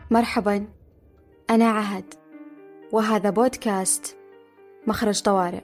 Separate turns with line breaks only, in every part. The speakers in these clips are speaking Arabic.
مرحبا، أنا عهد، وهذا بودكاست مخرج طوارئ.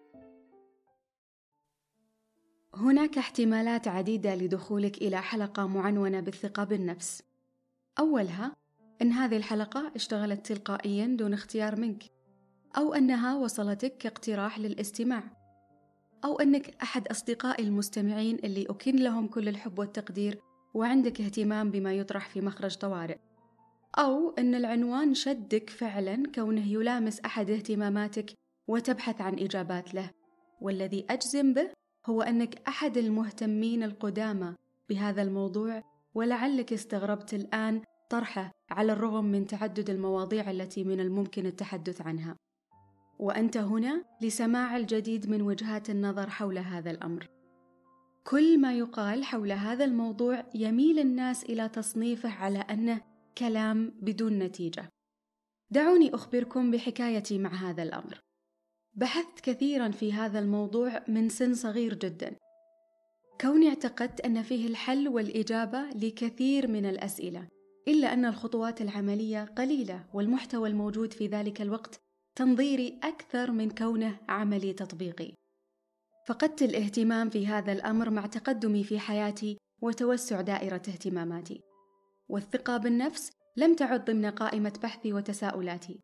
هناك احتمالات عديدة لدخولك إلى حلقة معنونة بالثقة بالنفس. أولها أن هذه الحلقة اشتغلت تلقائيا دون اختيار منك، أو أنها وصلتك كاقتراح للاستماع، أو أنك أحد أصدقائي المستمعين اللي أكن لهم كل الحب والتقدير وعندك اهتمام بما يطرح في مخرج طوارئ، أو أن العنوان شدك فعلا كونه يلامس أحد اهتماماتك وتبحث عن إجابات له. والذي أجزم به هو أنك أحد المهتمين القدامى بهذا الموضوع، ولعلك استغربت الآن طرحه على الرغم من تعدد المواضيع التي من الممكن التحدث عنها. وأنت هنا لسماع الجديد من وجهات النظر حول هذا الأمر. كل ما يقال حول هذا الموضوع يميل الناس إلى تصنيفه على أنه كلام بدون نتيجة. دعوني أخبركم بحكايتي مع هذا الأمر. بحثت كثيرا في هذا الموضوع من سن صغير جدا، كوني اعتقدت أن فيه الحل والإجابة لكثير من الأسئلة، إلا أن الخطوات العملية قليلة والمحتوى الموجود في ذلك الوقت تنظيري أكثر من كونه عملي تطبيقي. فقدت الاهتمام في هذا الأمر مع تقدمي في حياتي وتوسع دائرة اهتماماتي، والثقة بالنفس لم تعد ضمن قائمة بحثي وتساؤلاتي.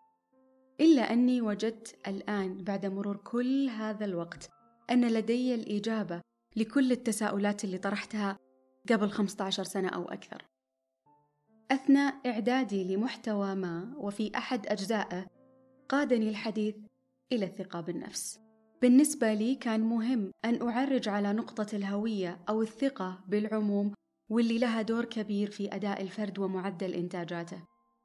إلا أني وجدت الآن بعد مرور كل هذا الوقت أن لدي الإجابة لكل التساؤلات اللي طرحتها قبل 15 سنة أو أكثر. أثناء إعدادي لمحتوى ما وفي أحد أجزائه قادني الحديث إلى الثقة بالنفس. بالنسبة لي كان مهم أن أعرج على نقطة الهوية أو الثقة بالعموم، واللي لها دور كبير في أداء الفرد ومعدل إنتاجاته.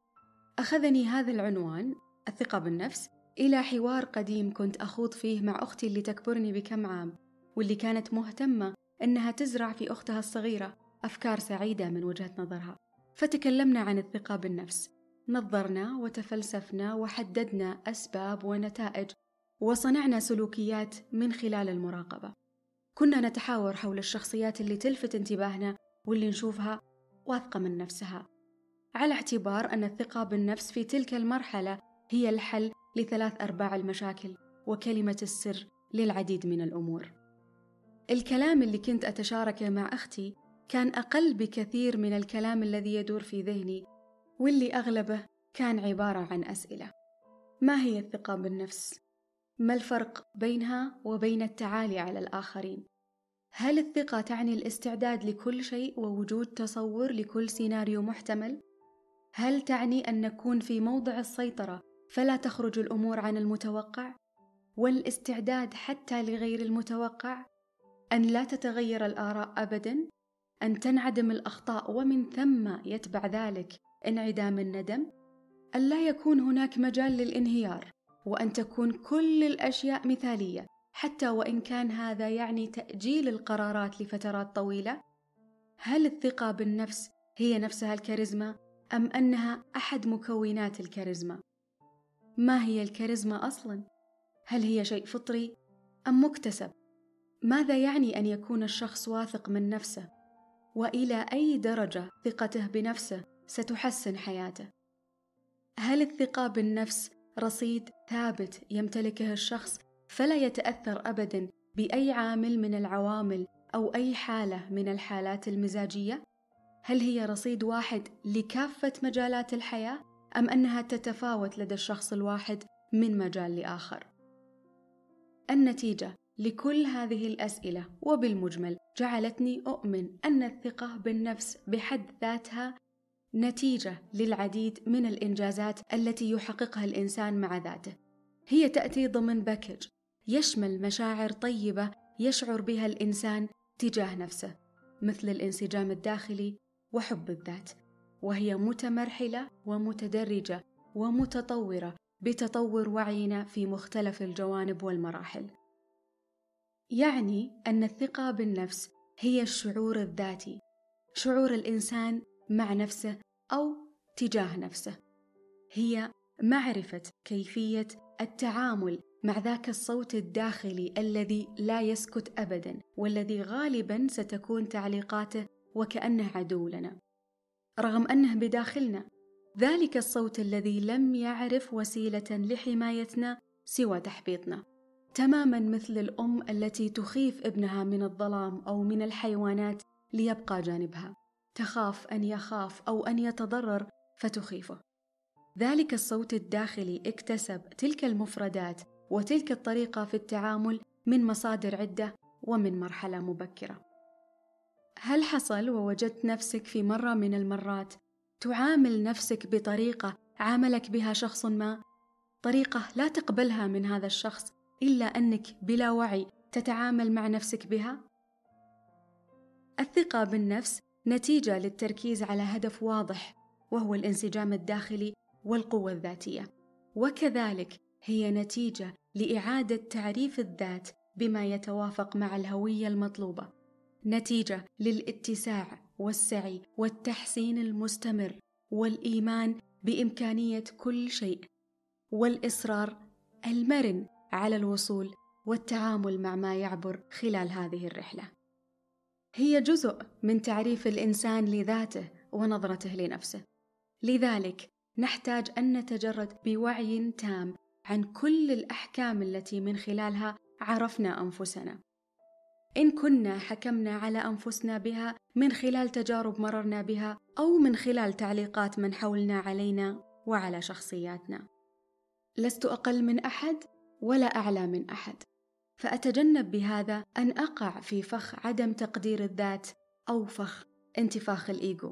أخذني هذا العنوان الثقة بالنفس إلى حوار قديم كنت أخوض فيه مع أختي اللي تكبرني بكم عام، واللي كانت مهتمة أنها تزرع في أختها الصغيرة أفكار سعيدة من وجهة نظرها. فتكلمنا عن الثقة بالنفس، نظرنا وتفلسفنا وحددنا أسباب ونتائج، وصنعنا سلوكيات من خلال المراقبة. كنا نتحاور حول الشخصيات اللي تلفت انتباهنا واللي نشوفها واثقة من نفسها، على اعتبار أن الثقة بالنفس في تلك المرحلة هي الحل ل3/4 المشاكل وكلمة السر للعديد من الأمور. الكلام اللي كنت أتشاركه مع أختي كان أقل بكثير من الكلام الذي يدور في ذهني، واللي أغلبه كان عبارة عن أسئلة. ما هي الثقة بالنفس؟ ما الفرق بينها وبين التعالي على الآخرين؟ هل الثقة تعني الاستعداد لكل شيء ووجود تصور لكل سيناريو محتمل؟ هل تعني أن نكون في موضع السيطرة فلا تخرج الأمور عن المتوقع؟ والاستعداد حتى لغير المتوقع؟ أن لا تتغير الآراء أبداً؟ أن تنعدم الأخطاء ومن ثم يتبع ذلك انعدام الندم؟ أن لا يكون هناك مجال للانهيار، وأن تكون كل الأشياء مثالية حتى وإن كان هذا يعني تأجيل القرارات لفترات طويلة؟ هل الثقة بالنفس هي نفسها الكاريزما أم أنها أحد مكونات الكاريزما؟ ما هي الكاريزما أصلاً؟ هل هي شيء فطري أم مكتسب؟ ماذا يعني أن يكون الشخص واثق من نفسه؟ وإلى أي درجة ثقته بنفسه ستحسن حياته؟ هل الثقة بالنفس رصيد ثابت يمتلكه الشخص فلا يتأثر أبداً بأي عامل من العوامل أو أي حالة من الحالات المزاجية؟ هل هي رصيد واحد لكافة مجالات الحياة أم أنها تتفاوت لدى الشخص الواحد من مجال لآخر؟ النتيجة لكل هذه الأسئلة وبالمجمل جعلتني أؤمن أن الثقة بالنفس بحد ذاتها نتيجة للعديد من الإنجازات التي يحققها الإنسان مع ذاته. هي تأتي ضمن باكج يشمل مشاعر طيبة يشعر بها الإنسان تجاه نفسه، مثل الانسجام الداخلي وحب الذات، وهي متمرحلة ومتدرجة ومتطورة بتطور وعينا في مختلف الجوانب والمراحل. يعني أن الثقة بالنفس هي الشعور الذاتي، شعور الإنسان مع نفسه أو تجاه نفسه، هي معرفة كيفية التعامل مع ذاك الصوت الداخلي الذي لا يسكت أبدا، والذي غالبا ستكون تعليقاته وكأنه عدو لنا، رغم أنه بداخلنا ذلك الصوت الذي لم يعرف وسيلة لحمايتنا سوى تحبيطنا، تماما مثل الأم التي تخيف ابنها من الظلام أو من الحيوانات ليبقى جانبها، تخاف أن يخاف أو أن يتضرر فتخيفه. ذلك الصوت الداخلي اكتسب تلك المفردات وتلك الطريقة في التعامل من مصادر عدة ومن مرحلة مبكرة. هل حصل ووجدت نفسك في مرة من المرات تعامل نفسك بطريقة عاملك بها شخص ما، طريقة لا تقبلها من هذا الشخص إلا أنك بلا وعي تتعامل مع نفسك بها؟ الثقة بالنفس نتيجة للتركيز على هدف واضح، وهو الانسجام الداخلي والقوة الذاتية، وكذلك هي نتيجة لإعادة تعريف الذات بما يتوافق مع الهوية المطلوبة، نتيجة للاتساع والسعي والتحسين المستمر والإيمان بإمكانية كل شيء، والإصرار المرن على الوصول والتعامل مع ما يعبر خلال هذه الرحلة. هي جزء من تعريف الإنسان لذاته ونظرته لنفسه، لذلك نحتاج أن نتجرد بوعي تام عن كل الأحكام التي من خلالها عرفنا أنفسنا، إن كنا حكمنا على أنفسنا بها من خلال تجارب مررنا بها أو من خلال تعليقات من حولنا علينا وعلى شخصياتنا. لست أقل من أحد ولا أعلى من أحد، فأتجنب بهذا أن أقع في فخ عدم تقدير الذات أو فخ انتفاخ الإيجو.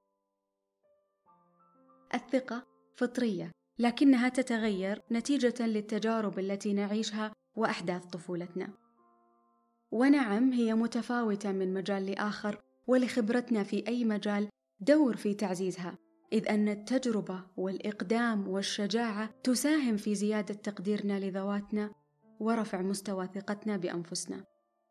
الثقة فطرية، لكنها تتغير نتيجة للتجارب التي نعيشها وأحداث طفولتنا. ونعم، هي متفاوتة من مجال لآخر، ولخبرتنا في أي مجال دور في تعزيزها، إذ أن التجربة والإقدام والشجاعة تساهم في زيادة تقديرنا لذواتنا ورفع مستوى ثقتنا بأنفسنا،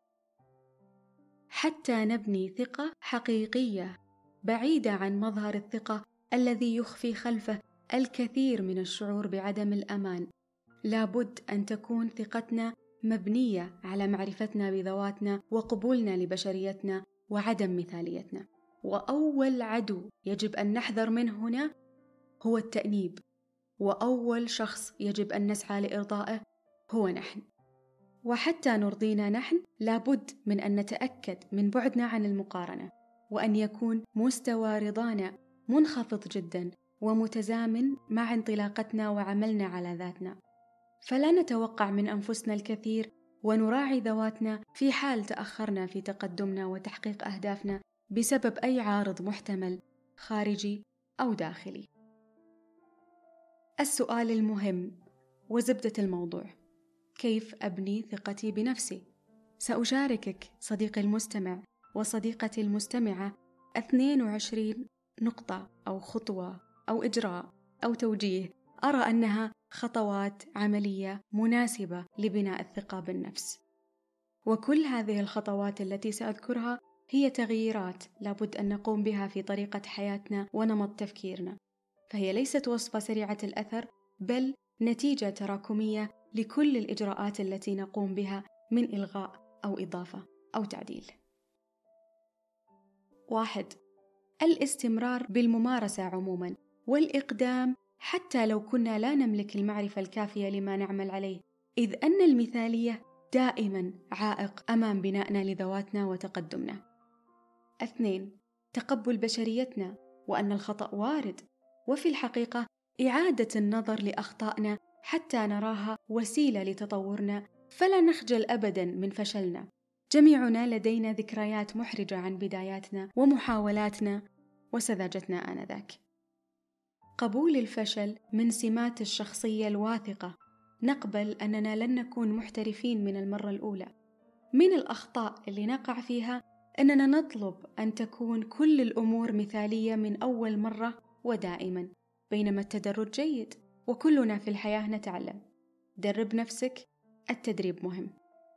حتى نبني ثقة حقيقية بعيدة عن مظهر الثقة الذي يخفي خلفه الكثير من الشعور بعدم الأمان. لابد أن تكون ثقتنا مبنية على معرفتنا بذواتنا وقبولنا لبشريتنا وعدم مثاليتنا. وأول عدو يجب أن نحذر منه هنا هو التأنيب، وأول شخص يجب أن نسعى لإرضائه هو نحن. وحتى نرضينا نحن لابد من أن نتأكد من بعدنا عن المقارنة، وأن يكون مستوى رضانا منخفض جدا ومتزامن مع انطلاقتنا وعملنا على ذاتنا، فلا نتوقع من أنفسنا الكثير ونراعي ذواتنا في حال تأخرنا في تقدمنا وتحقيق أهدافنا بسبب أي عارض محتمل خارجي أو داخلي. السؤال المهم وزبدة الموضوع: كيف أبني ثقتي بنفسي؟ سأشاركك صديقي المستمع وصديقتي المستمعة 22 نقطة أو خطوة أو إجراء أو توجيه أرى أنها خطوات عملية مناسبة لبناء الثقة بالنفس. وكل هذه الخطوات التي سأذكرها هي تغييرات لابد أن نقوم بها في طريقة حياتنا ونمط تفكيرنا، فهي ليست وصفة سريعة الأثر، بل نتيجة تراكمية لكل الإجراءات التي نقوم بها من إلغاء أو إضافة أو تعديل. 1. الاستمرار بالممارسة عموما والإقدام حتى لو كنا لا نملك المعرفة الكافية لما نعمل عليه، إذ أن المثالية دائما عائق أمام بنائنا لذواتنا وتقدمنا. 2. تقبل بشريتنا وأن الخطأ وارد، وفي الحقيقة إعادة النظر لأخطائنا حتى نراها وسيلة لتطورنا، فلا نخجل أبدا من فشلنا. جميعنا لدينا ذكريات محرجة عن بداياتنا ومحاولاتنا وسذاجتنا آنذاك. قبول الفشل من سمات الشخصية الواثقة، نقبل أننا لن نكون محترفين من المرة الأولى. من الأخطاء اللي نقع فيها أننا نطلب أن تكون كل الأمور مثالية من أول مرة ودائما، بينما التدرج جيد وكلنا في الحياة نتعلم. درب نفسك، التدريب مهم.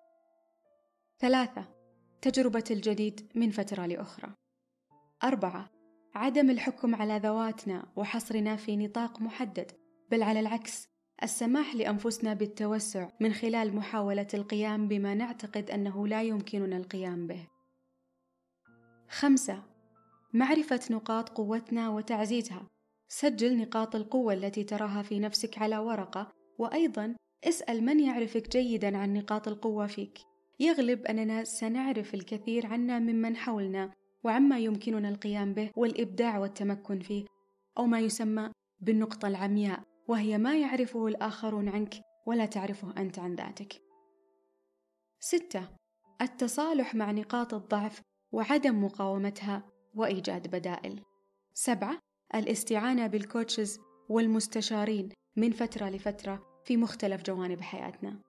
3. تجربة الجديد من فترة لأخرى. 4. عدم الحكم على ذواتنا وحصرنا في نطاق محدد، بل على العكس السماح لأنفسنا بالتوسع من خلال محاولة القيام بما نعتقد أنه لا يمكننا القيام به. 5. معرفة نقاط قوتنا وتعزيزها، سجل نقاط القوة التي تراها في نفسك على ورقة، وأيضا اسأل من يعرفك جيدا عن نقاط القوة فيك. يغلب أننا سنعرف الكثير عنا ممن حولنا وعما يمكننا القيام به والإبداع والتمكن فيه، أو ما يسمى بالنقطة العمياء، وهي ما يعرفه الآخرون عنك ولا تعرفه أنت عن ذاتك. 6. التصالح مع نقاط الضعف وعدم مقاومتها وإيجاد بدائل. 7. الاستعانة بالكوتشز والمستشارين من فترة لفترة في مختلف جوانب حياتنا.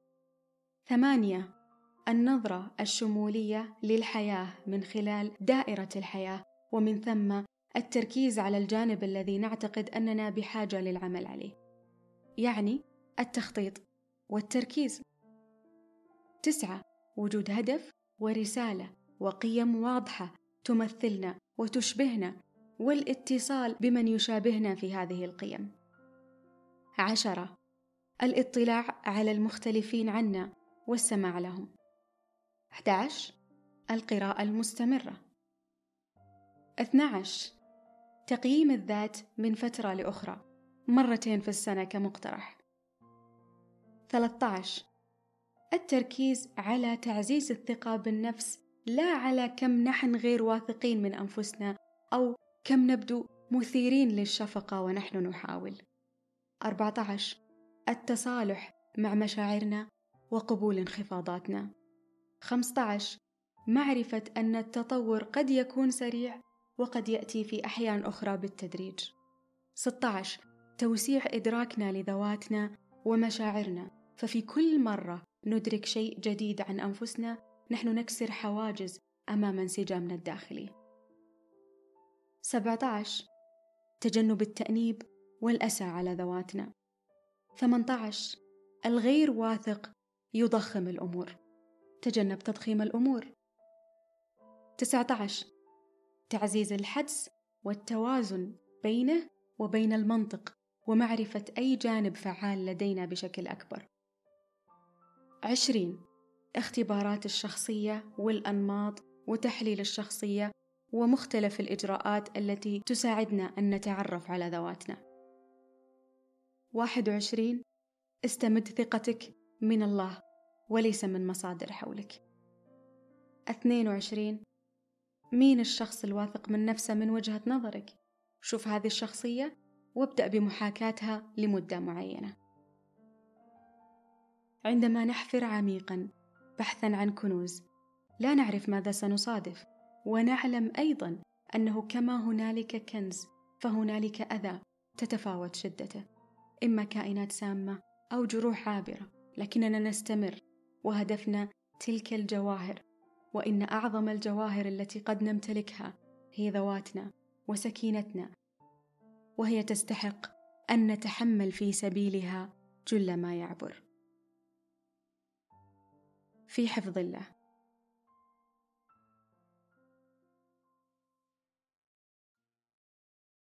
8. النظرة الشمولية للحياة من خلال دائرة الحياة، ومن ثم التركيز على الجانب الذي نعتقد أننا بحاجة للعمل عليه، يعني التخطيط والتركيز. 9. وجود هدف ورسالة وقيم واضحة تمثلنا وتشبهنا، والاتصال بمن يشابهنا في هذه القيم. 10. الاطلاع على المختلفين عنا والسماع لهم. 11. القراءة المستمرة. 12. تقييم الذات من فترة لأخرى، 2 في السنة كمقترح. 13. التركيز على تعزيز الثقة بالنفس، لا على كم نحن غير واثقين من أنفسنا أو كم نبدو مثيرين للشفقة ونحن نحاول. 14. التصالح مع مشاعرنا وقبول انخفاضاتنا. 15. معرفة أن التطور قد يكون سريع وقد يأتي في أحيان أخرى بالتدريج. 16. توسيع إدراكنا لذواتنا ومشاعرنا، ففي كل مرة ندرك شيء جديد عن أنفسنا نحن نكسر حواجز أمام انسجامنا الداخلي. 17. تجنب التأنيب والأسى على ذواتنا. 18. الغير واثق يضخم الأمور، تجنب تضخيم الأمور. 19. تعزيز الحدس والتوازن بينه وبين المنطق ومعرفة أي جانب فعال لدينا بشكل أكبر. 20. اختبارات الشخصية والأنماط وتحليل الشخصية ومختلف الإجراءات التي تساعدنا أن نتعرف على ذواتنا. 21. استمد ثقتك من الله وليس من مصادر حولك. 22. مين الشخص الواثق من نفسه من وجهة نظرك؟ شوف هذه الشخصية وابدأ بمحاكاتها لمدة معينة. عندما نحفر عميقا بحثا عن كنوز لا نعرف ماذا سنصادف، ونعلم أيضا أنه كما هنالك كنز فهنالك أذى تتفاوت شدته، إما كائنات سامة أو جروح عابرة، لكننا نستمر وهدفنا تلك الجواهر. وإن أعظم الجواهر التي قد نمتلكها هي ذواتنا وسكينتنا، وهي تستحق أن نتحمل في سبيلها جل ما يعبر. في حفظ الله.